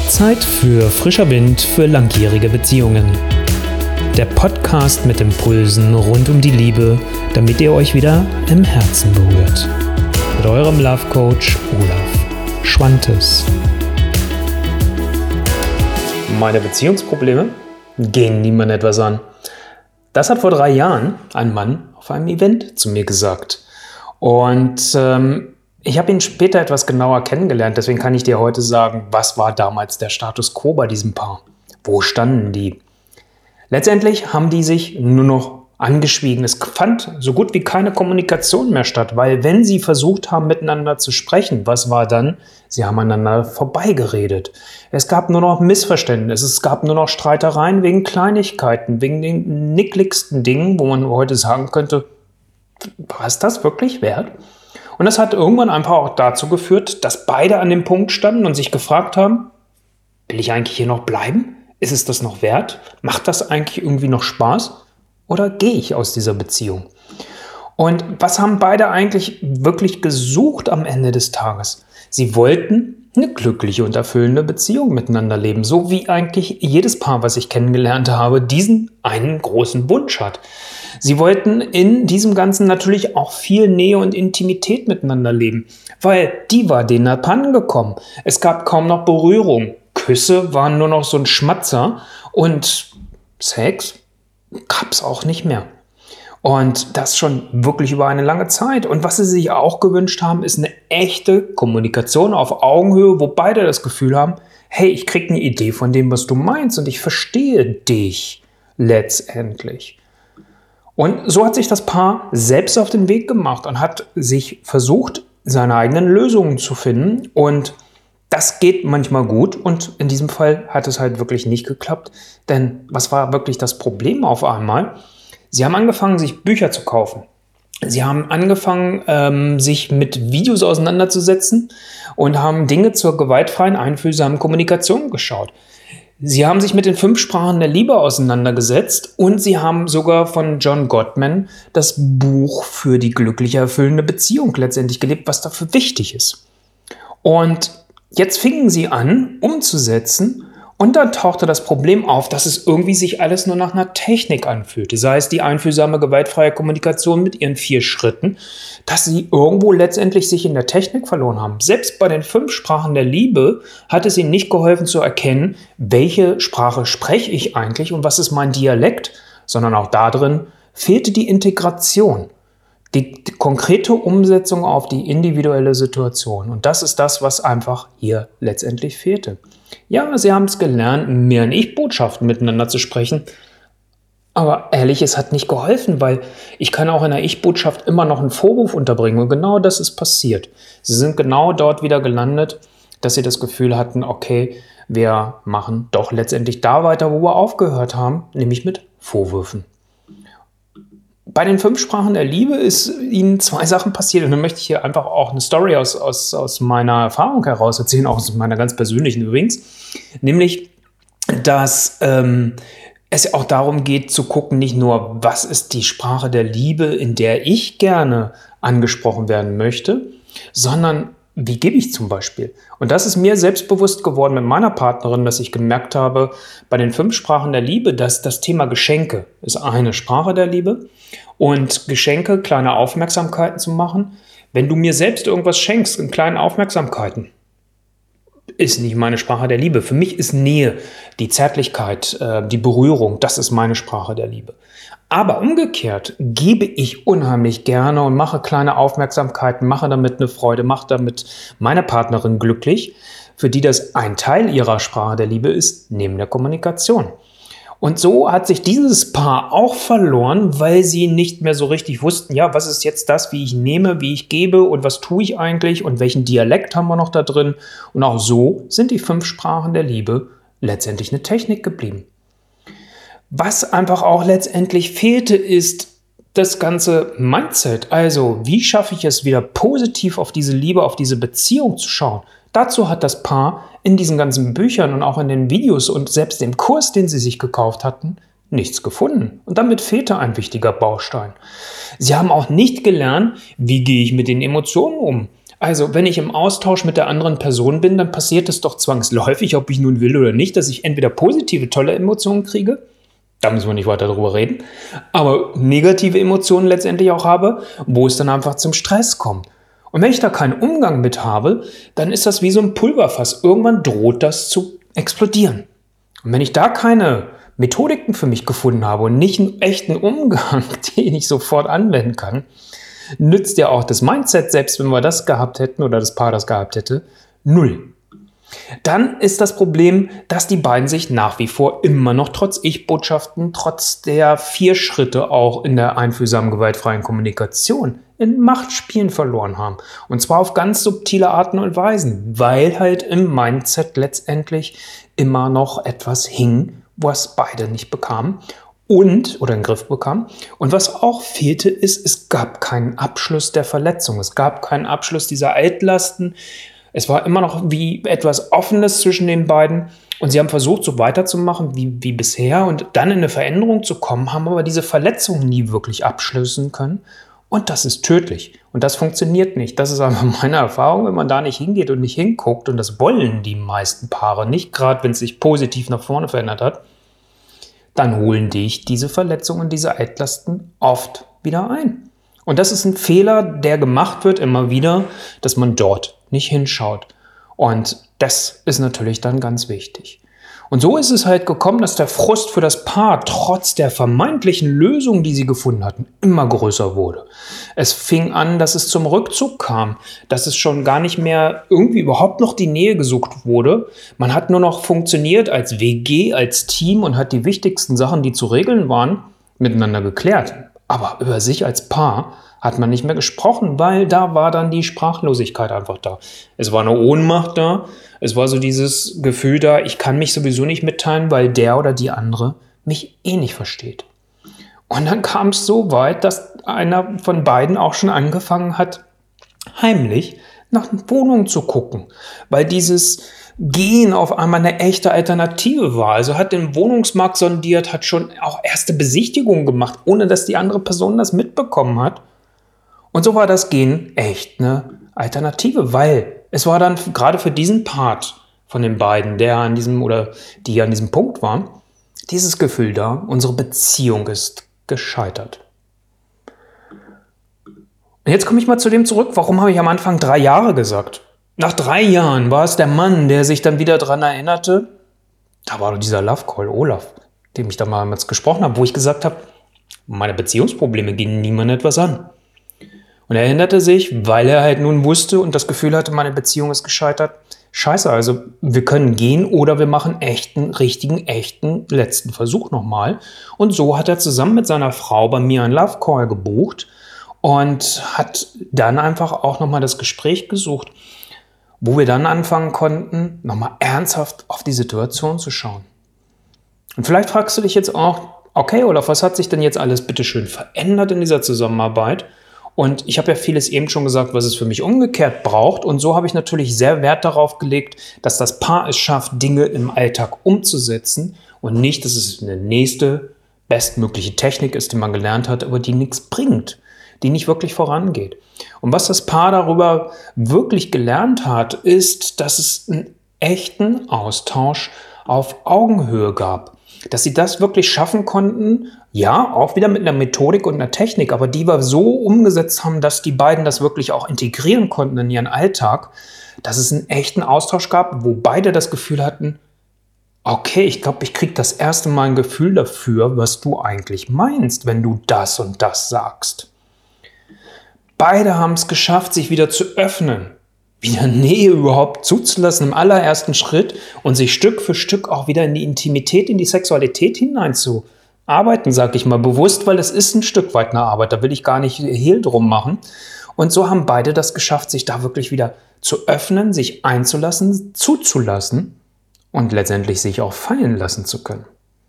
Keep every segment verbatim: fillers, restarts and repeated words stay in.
Zeit für frischer Wind für langjährige Beziehungen. Der Podcast mit Impulsen rund um die Liebe, damit ihr euch wieder im Herzen berührt. Mit eurem Love Coach Olaf Schwantes. Meine Beziehungsprobleme gehen niemand etwas an. Das hat vor drei Jahren ein Mann auf einem Event zu mir gesagt. Und ähm, ich habe ihn später etwas genauer kennengelernt, deswegen kann ich dir heute sagen, was war damals der Status quo bei diesem Paar? Wo standen die? Letztendlich haben die sich nur noch angeschwiegen. Es fand so gut wie keine Kommunikation mehr statt, weil wenn sie versucht haben, miteinander zu sprechen, was war dann? Sie haben aneinander vorbeigeredet. Es gab nur noch Missverständnisse, es gab nur noch Streitereien wegen Kleinigkeiten, wegen den nickligsten Dingen, wo man heute sagen könnte, war es das wirklich wert? Und das hat irgendwann einfach auch dazu geführt, dass beide an dem Punkt standen und sich gefragt haben, will ich eigentlich hier noch bleiben? Ist es das noch wert? Macht das eigentlich irgendwie noch Spaß? Oder gehe ich aus dieser Beziehung? Und was haben beide eigentlich wirklich gesucht am Ende des Tages? Sie wollten eine glückliche und erfüllende Beziehung miteinander leben. So wie eigentlich jedes Paar, was ich kennengelernt habe, diesen einen großen Wunsch hat. Sie wollten in diesem Ganzen natürlich auch viel Nähe und Intimität miteinander leben, weil die war denen abhanden gekommen. Es gab kaum noch Berührung. Küsse waren nur noch so ein Schmatzer und Sex gab es auch nicht mehr. Und das schon wirklich über eine lange Zeit. Und was sie sich auch gewünscht haben, ist eine echte Kommunikation auf Augenhöhe, wo beide das Gefühl haben, hey, ich kriege eine Idee von dem, was du meinst und ich verstehe dich letztendlich. Und so hat sich das Paar selbst auf den Weg gemacht und hat sich versucht, seine eigenen Lösungen zu finden. Und das geht manchmal gut und in diesem Fall hat es halt wirklich nicht geklappt. Denn was war wirklich das Problem auf einmal? Sie haben angefangen, sich Bücher zu kaufen. Sie haben angefangen, ähm, sich mit Videos auseinanderzusetzen und haben Dinge zur gewaltfreien, einfühlsamen Kommunikation geschaut. Sie haben sich mit den fünf Sprachen der Liebe auseinandergesetzt und sie haben sogar von John Gottman das Buch für die glückliche, erfüllende Beziehung letztendlich gelebt, was dafür wichtig ist. Und jetzt fingen sie an, umzusetzen und dann tauchte das Problem auf, dass es irgendwie sich alles nur nach einer Technik anfühlte. Sei es die einfühlsame, gewaltfreie Kommunikation mit ihren vier Schritten, dass sie irgendwo letztendlich sich in der Technik verloren haben. Selbst bei den fünf Sprachen der Liebe hat es ihnen nicht geholfen zu erkennen, welche Sprache spreche ich eigentlich und was ist mein Dialekt, sondern auch darin fehlte die Integration. Die, die konkrete Umsetzung auf die individuelle Situation. Und das ist das, was einfach hier letztendlich fehlte. Ja, sie haben es gelernt, mehr in Ich-Botschaften miteinander zu sprechen. Aber ehrlich, es hat nicht geholfen, weil ich kann auch in der Ich-Botschaft immer noch einen Vorwurf unterbringen. Und genau das ist passiert. Sie sind genau dort wieder gelandet, dass sie das Gefühl hatten, okay, wir machen doch letztendlich da weiter, wo wir aufgehört haben, nämlich mit Vorwürfen. Bei den fünf Sprachen der Liebe ist ihnen zwei Sachen passiert und dann möchte ich hier einfach auch eine Story aus, aus, aus meiner Erfahrung heraus erzählen, auch aus meiner ganz persönlichen übrigens, nämlich, dass ähm, es auch darum geht zu gucken, nicht nur, was ist die Sprache der Liebe, in der ich gerne angesprochen werden möchte, sondern wie gebe ich zum Beispiel? Und das ist mir selbstbewusst geworden mit meiner Partnerin, dass ich gemerkt habe, bei den fünf Sprachen der Liebe, dass das Thema Geschenke ist eine Sprache der Liebe und Geschenke, kleine Aufmerksamkeiten zu machen. Wenn du mir selbst irgendwas schenkst in kleinen Aufmerksamkeiten, ist nicht meine Sprache der Liebe. Für mich ist Nähe, die Zärtlichkeit, die Berührung, das ist meine Sprache der Liebe. Aber umgekehrt gebe ich unheimlich gerne und mache kleine Aufmerksamkeiten, mache damit eine Freude, mache damit meine Partnerin glücklich, für die das ein Teil ihrer Sprache der Liebe ist, neben der Kommunikation. Und so hat sich dieses Paar auch verloren, weil sie nicht mehr so richtig wussten, ja, was ist jetzt das, wie ich nehme, wie ich gebe und was tue ich eigentlich und welchen Dialekt haben wir noch da drin. Und auch so sind die fünf Sprachen der Liebe letztendlich eine Technik geblieben. Was einfach auch letztendlich fehlte, ist das ganze Mindset. Also, wie schaffe ich es wieder positiv auf diese Liebe, auf diese Beziehung zu schauen? Dazu hat das Paar in diesen ganzen Büchern und auch in den Videos und selbst dem Kurs, den sie sich gekauft hatten, nichts gefunden. Und damit fehlte ein wichtiger Baustein. Sie haben auch nicht gelernt, wie gehe ich mit den Emotionen um. Also, wenn ich im Austausch mit der anderen Person bin, dann passiert es doch zwangsläufig, ob ich nun will oder nicht, dass ich entweder positive, tolle Emotionen kriege, da müssen wir nicht weiter drüber reden, aber negative Emotionen letztendlich auch habe, wo es dann einfach zum Stress kommt. Und wenn ich da keinen Umgang mit habe, dann ist das wie so ein Pulverfass. Irgendwann droht das zu explodieren. Und wenn ich da keine Methodiken für mich gefunden habe und nicht einen echten Umgang, den ich sofort anwenden kann, nützt ja auch das Mindset, selbst wenn wir das gehabt hätten oder das Paar das gehabt hätte, null. Dann ist das Problem, dass die beiden sich nach wie vor immer noch trotz Ich-Botschaften, trotz der vier Schritte auch in der einfühlsamen, gewaltfreien Kommunikation in Machtspielen verloren haben. Und zwar auf ganz subtile Arten und Weisen, weil halt im Mindset letztendlich immer noch etwas hing, was beide nicht bekamen und oder in den Griff bekamen. Und was auch fehlte, ist, es gab keinen Abschluss der Verletzung. Es gab keinen Abschluss dieser Altlasten. Es war immer noch wie etwas Offenes zwischen den beiden. Und sie haben versucht, so weiterzumachen wie, wie bisher und dann in eine Veränderung zu kommen, haben aber diese Verletzung nie wirklich abschließen können. Und das ist tödlich. Und das funktioniert nicht. Das ist einfach meine Erfahrung, wenn man da nicht hingeht und nicht hinguckt. Und das wollen die meisten Paare nicht, gerade wenn es sich positiv nach vorne verändert hat. Dann holen dich diese Verletzungen und diese Altlasten oft wieder ein. Und das ist ein Fehler, der gemacht wird immer wieder, dass man dort nicht hinschaut. Und das ist natürlich dann ganz wichtig. Und so ist es halt gekommen, dass der Frust für das Paar trotz der vermeintlichen Lösung, die sie gefunden hatten, immer größer wurde. Es fing an, dass es zum Rückzug kam, dass es schon gar nicht mehr irgendwie überhaupt noch die Nähe gesucht wurde. Man hat nur noch funktioniert als W G, als Team und hat die wichtigsten Sachen, die zu regeln waren, miteinander geklärt. Aber über sich als Paar hat man nicht mehr gesprochen, weil da war dann die Sprachlosigkeit einfach da. Es war eine Ohnmacht da, es war so dieses Gefühl da, ich kann mich sowieso nicht mitteilen, weil der oder die andere mich eh nicht versteht. Und dann kam es so weit, dass einer von beiden auch schon angefangen hat, heimlich nach Wohnungen zu gucken, weil dieses Gehen auf einmal eine echte Alternative war. Also hat den Wohnungsmarkt sondiert, hat schon auch erste Besichtigungen gemacht, ohne dass die andere Person das mitbekommen hat. Und so war das Gehen echt eine Alternative, weil es war dann gerade für diesen Part von den beiden, der an diesem oder die an diesem Punkt waren, dieses Gefühl da, unsere Beziehung ist gescheitert. Und jetzt komme ich mal zu dem zurück, warum habe ich am Anfang drei Jahre gesagt? Nach drei Jahren war es der Mann, der sich dann wieder daran erinnerte, da war dieser Love Call, Olaf, dem ich damals gesprochen habe, wo ich gesagt habe, meine Beziehungsprobleme gehen niemandem etwas an. Und er erinnerte sich, weil er halt nun wusste und das Gefühl hatte, meine Beziehung ist gescheitert. Scheiße, also wir können gehen oder wir machen echten, richtigen, echten letzten Versuch nochmal. Und so hat er zusammen mit seiner Frau bei mir einen Love Call gebucht und hat dann einfach auch nochmal das Gespräch gesucht, wo wir dann anfangen konnten, nochmal ernsthaft auf die Situation zu schauen. Und vielleicht fragst du dich jetzt auch, okay, Olaf, was hat sich denn jetzt alles bitteschön verändert in dieser Zusammenarbeit? Und ich habe ja vieles eben schon gesagt, was es für mich umgekehrt braucht. Und so habe ich natürlich sehr Wert darauf gelegt, dass das Paar es schafft, Dinge im Alltag umzusetzen und nicht, dass es eine nächste bestmögliche Technik ist, die man gelernt hat, aber die nichts bringt, die nicht wirklich vorangeht. Und was das Paar darüber wirklich gelernt hat, ist, dass es einen echten Austausch auf Augenhöhe gab. Dass sie das wirklich schaffen konnten, ja, auch wieder mit einer Methodik und einer Technik, aber die wir so umgesetzt haben, dass die beiden das wirklich auch integrieren konnten in ihren Alltag, dass es einen echten Austausch gab, wo beide das Gefühl hatten, okay, ich glaube, ich kriege das erste Mal ein Gefühl dafür, was du eigentlich meinst, wenn du das und das sagst. Beide haben es geschafft, sich wieder zu öffnen, wieder Nähe überhaupt zuzulassen im allerersten Schritt und sich Stück für Stück auch wieder in die Intimität, in die Sexualität hineinzuarbeiten, sage ich mal bewusst, weil es ist ein Stück weit eine Arbeit, da will ich gar nicht Hehl drum machen. Und so haben beide das geschafft, sich da wirklich wieder zu öffnen, sich einzulassen, zuzulassen und letztendlich sich auch fallen lassen zu können.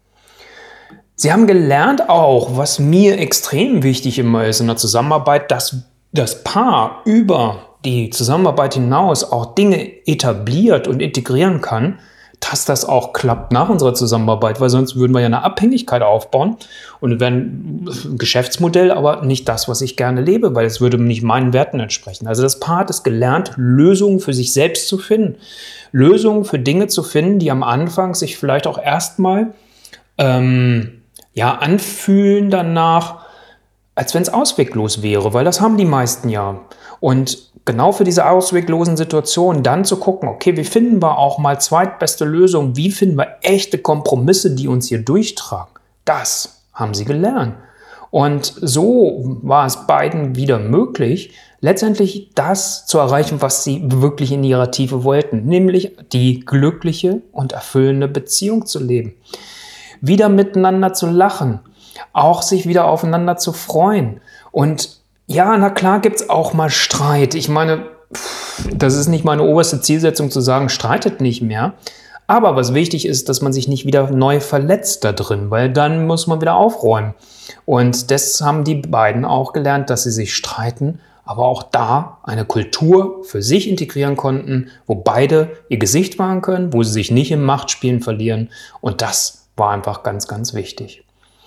Sie haben gelernt auch, was mir extrem wichtig immer ist in der Zusammenarbeit, dass das Paar über die Zusammenarbeit hinaus auch Dinge etabliert und integrieren kann, dass das auch klappt nach unserer Zusammenarbeit, weil sonst würden wir ja eine Abhängigkeit aufbauen und wären ein Geschäftsmodell, aber nicht das, was ich gerne lebe, weil es würde nicht meinen Werten entsprechen. Also das Paar hat es gelernt, Lösungen für sich selbst zu finden. Lösungen für Dinge zu finden, die am Anfang sich vielleicht auch erstmal ähm, ja, anfühlen danach, als wenn es ausweglos wäre, weil das haben die meisten ja. Und genau für diese ausweglosen Situationen dann zu gucken, okay, wie finden wir auch mal zweitbeste Lösungen, wie finden wir echte Kompromisse, die uns hier durchtragen, das haben sie gelernt. Und so war es beiden wieder möglich, letztendlich das zu erreichen, was sie wirklich in ihrer Tiefe wollten, nämlich die glückliche und erfüllende Beziehung zu leben. Wieder miteinander zu lachen, auch sich wieder aufeinander zu freuen. Und ja, na klar gibt es auch mal Streit. Ich meine, das ist nicht meine oberste Zielsetzung zu sagen, streitet nicht mehr. Aber was wichtig ist, dass man sich nicht wieder neu verletzt da drin, weil dann muss man wieder aufräumen. Und das haben die beiden auch gelernt, dass sie sich streiten, aber auch da eine Kultur für sich integrieren konnten, wo beide ihr Gesicht wahren können, wo sie sich nicht im Machtspielen verlieren. Und das war einfach ganz, ganz wichtig.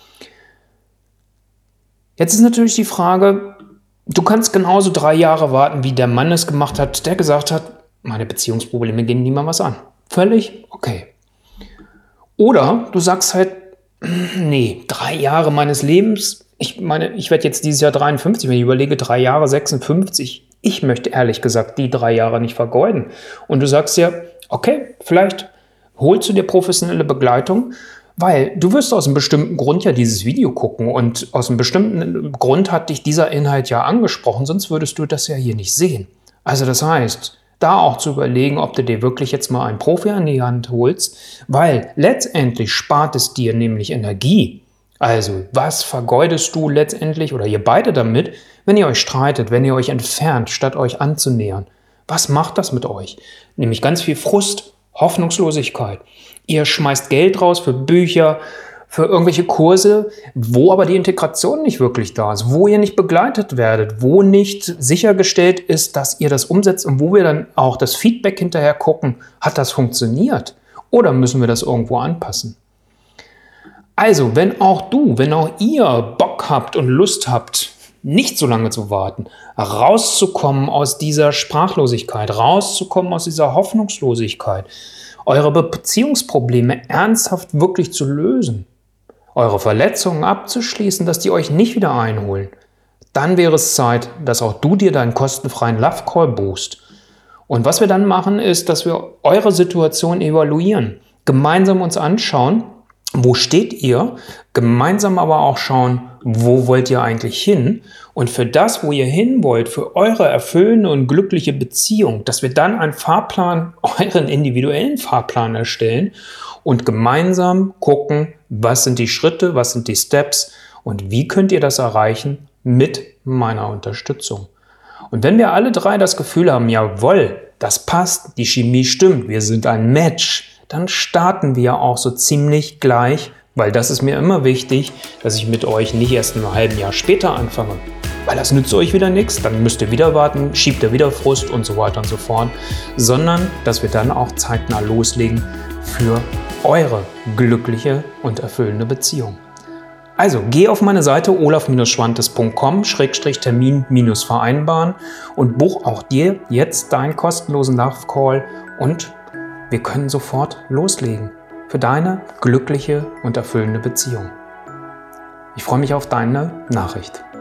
Jetzt ist natürlich die Frage, du kannst genauso drei Jahre warten, wie der Mann es gemacht hat, der gesagt hat, meine Beziehungsprobleme gehen niemandem was an. Völlig okay. Oder du sagst halt, nee, drei Jahre meines Lebens, ich meine, ich werde jetzt dieses Jahr dreiundfünfzig, wenn ich überlege, drei Jahre sechsundfünfzig, ich möchte ehrlich gesagt die drei Jahre nicht vergeuden. Und du sagst ja, okay, vielleicht holst du dir professionelle Begleitung, weil du wirst aus einem bestimmten Grund ja dieses Video gucken und aus einem bestimmten Grund hat dich dieser Inhalt ja angesprochen, sonst würdest du das ja hier nicht sehen. Also das heißt, da auch zu überlegen, ob du dir wirklich jetzt mal einen Profi an die Hand holst, weil letztendlich spart es dir nämlich Energie. Also was vergeudest du letztendlich oder ihr beide damit, wenn ihr euch streitet, wenn ihr euch entfernt, statt euch anzunähern? Was macht das mit euch? Nämlich ganz viel Frust, Hoffnungslosigkeit. Ihr schmeißt Geld raus für Bücher, für irgendwelche Kurse, wo aber die Integration nicht wirklich da ist, wo ihr nicht begleitet werdet, wo nicht sichergestellt ist, dass ihr das umsetzt und wo wir dann auch das Feedback hinterher gucken, hat das funktioniert oder müssen wir das irgendwo anpassen? Also, wenn auch du, wenn auch ihr Bock habt und Lust habt, nicht so lange zu warten, rauszukommen aus dieser Sprachlosigkeit, rauszukommen aus dieser Hoffnungslosigkeit, eure Beziehungsprobleme ernsthaft wirklich zu lösen, eure Verletzungen abzuschließen, dass die euch nicht wieder einholen, dann wäre es Zeit, dass auch du dir deinen kostenfreien Love Call buchst. Und was wir dann machen, ist, dass wir eure Situation evaluieren, gemeinsam uns anschauen, wo steht ihr, gemeinsam aber auch schauen, wo wollt ihr eigentlich hin? Und für das, wo ihr hin wollt, für eure erfüllende und glückliche Beziehung, dass wir dann einen Fahrplan, euren individuellen Fahrplan erstellen und gemeinsam gucken, was sind die Schritte, was sind die Steps und wie könnt ihr das erreichen mit meiner Unterstützung. Und wenn wir alle drei das Gefühl haben, jawohl, das passt, die Chemie stimmt, wir sind ein Match, dann starten wir auch so ziemlich gleich, weil das ist mir immer wichtig, dass ich mit euch nicht erst in einem halben Jahr später anfange, weil das nützt euch wieder nichts, dann müsst ihr wieder warten, schiebt ihr wieder Frust und so weiter und so fort, sondern dass wir dann auch zeitnah loslegen für eure glückliche und erfüllende Beziehung. Also geh auf meine Seite olaf schwantes punkt com Schrägstrich Termin vereinbaren und buch auch dir jetzt deinen kostenlosen Love Call und wir können sofort loslegen für deine glückliche und erfüllende Beziehung. Ich freue mich auf deine Nachricht.